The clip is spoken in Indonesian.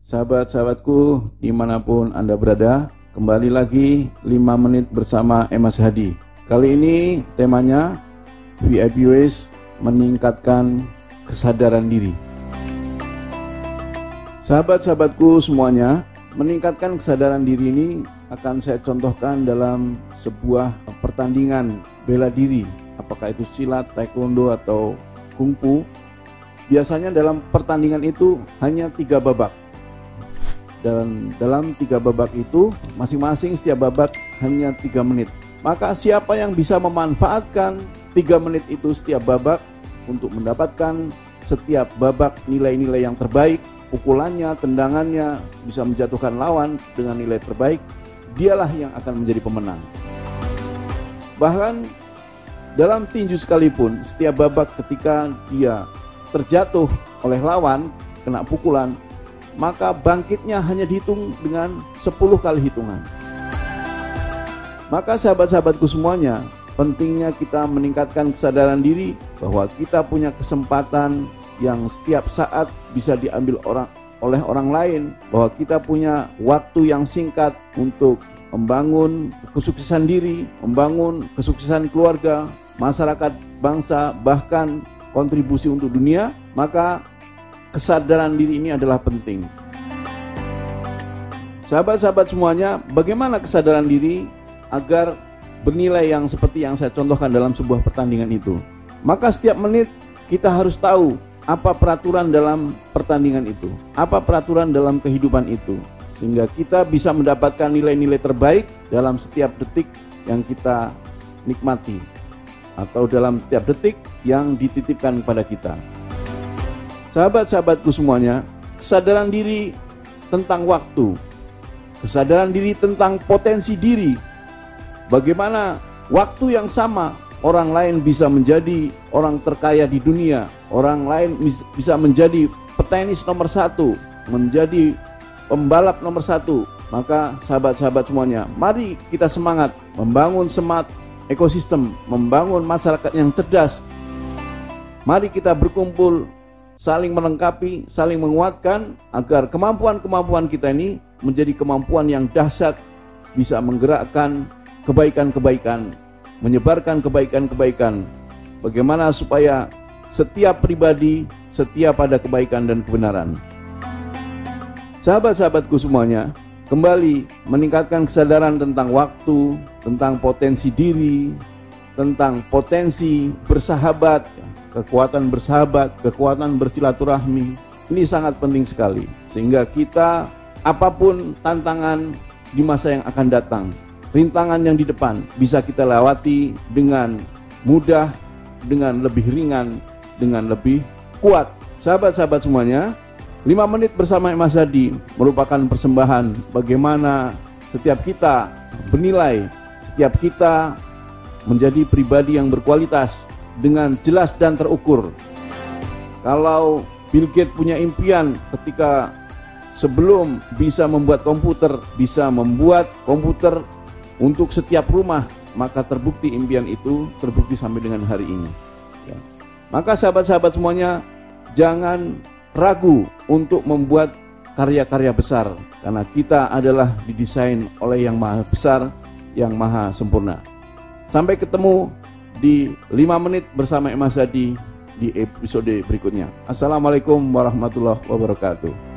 Sahabat-sahabatku dimanapun Anda berada, kembali lagi 5 menit bersama Mas Hadi. Kali ini temanya VIP Ways meningkatkan kesadaran diri. Sahabat-sahabatku semuanya, meningkatkan kesadaran diri ini akan saya contohkan dalam sebuah pertandingan bela diri, apakah itu silat, taekwondo atau kungfu. Biasanya dalam pertandingan itu hanya 3 babak. Dan dalam 3 babak itu masing-masing setiap babak hanya 3 menit. Maka siapa yang bisa memanfaatkan 3 menit itu setiap babak untuk mendapatkan setiap babak nilai-nilai yang terbaik, pukulannya, tendangannya bisa menjatuhkan lawan dengan nilai terbaik, dialah yang akan menjadi pemenang. Bahkan dalam tinju sekalipun, setiap babak ketika dia terjatuh oleh lawan, kena pukulan, maka bangkitnya hanya dihitung dengan 10 kali hitungan. Maka sahabat-sahabatku semuanya, pentingnya kita meningkatkan kesadaran diri bahwa kita punya kesempatan yang setiap saat bisa diambil oleh orang lain, bahwa kita punya waktu yang singkat untuk membangun kesuksesan diri, membangun kesuksesan keluarga, masyarakat, bangsa, bahkan kontribusi untuk dunia. Maka kesadaran diri ini adalah penting. Sahabat-sahabat semuanya, bagaimana kesadaran diri agar bernilai yang seperti yang saya contohkan dalam sebuah pertandingan itu? Maka setiap menit kita harus tahu apa peraturan dalam pertandingan itu, apa peraturan dalam kehidupan itu, sehingga kita bisa mendapatkan nilai-nilai terbaik dalam setiap detik yang kita nikmati, atau dalam setiap detik yang dititipkan kepada kita. Sahabat-sahabatku semuanya, kesadaran diri tentang waktu, kesadaran diri tentang potensi diri. Bagaimana waktu yang sama orang lain bisa menjadi orang terkaya di dunia, orang lain bisa menjadi petenis nomor 1, menjadi pembalap nomor 1. Maka sahabat-sahabat semuanya, mari kita semangat membangun smart ekosistem, membangun masyarakat yang cerdas. Mari kita berkumpul, saling melengkapi, saling menguatkan agar kemampuan-kemampuan kita ini menjadi kemampuan yang dahsyat, bisa menggerakkan kebaikan-kebaikan, menyebarkan kebaikan-kebaikan. Bagaimana supaya setiap pribadi setia pada kebaikan dan kebenaran. Sahabat-sahabatku semuanya, kembali meningkatkan kesadaran tentang waktu, tentang potensi diri, tentang potensi bersahabat, kekuatan bersahabat, kekuatan bersilaturahmi. Ini sangat penting sekali, sehingga kita apapun tantangan di masa yang akan datang, rintangan yang di depan bisa kita lewati dengan mudah, dengan lebih ringan, dengan lebih kuat. Sahabat-sahabat semuanya, 5 menit bersama Mas Hadi merupakan persembahan bagaimana setiap kita bernilai, setiap kita menjadi pribadi yang berkualitas dengan jelas dan terukur. Kalau Bill Gates punya impian ketika sebelum bisa membuat komputer, bisa membuat komputer untuk setiap rumah, maka terbukti impian itu terbukti sampai dengan hari ini. Ya. Maka sahabat-sahabat semuanya, jangan ragu untuk membuat karya-karya besar, karena kita adalah didesain oleh yang maha besar, yang maha sempurna. Sampai ketemu di 5 menit bersama Mas Hadi di episode berikutnya. Assalamualaikum warahmatullahi wabarakatuh.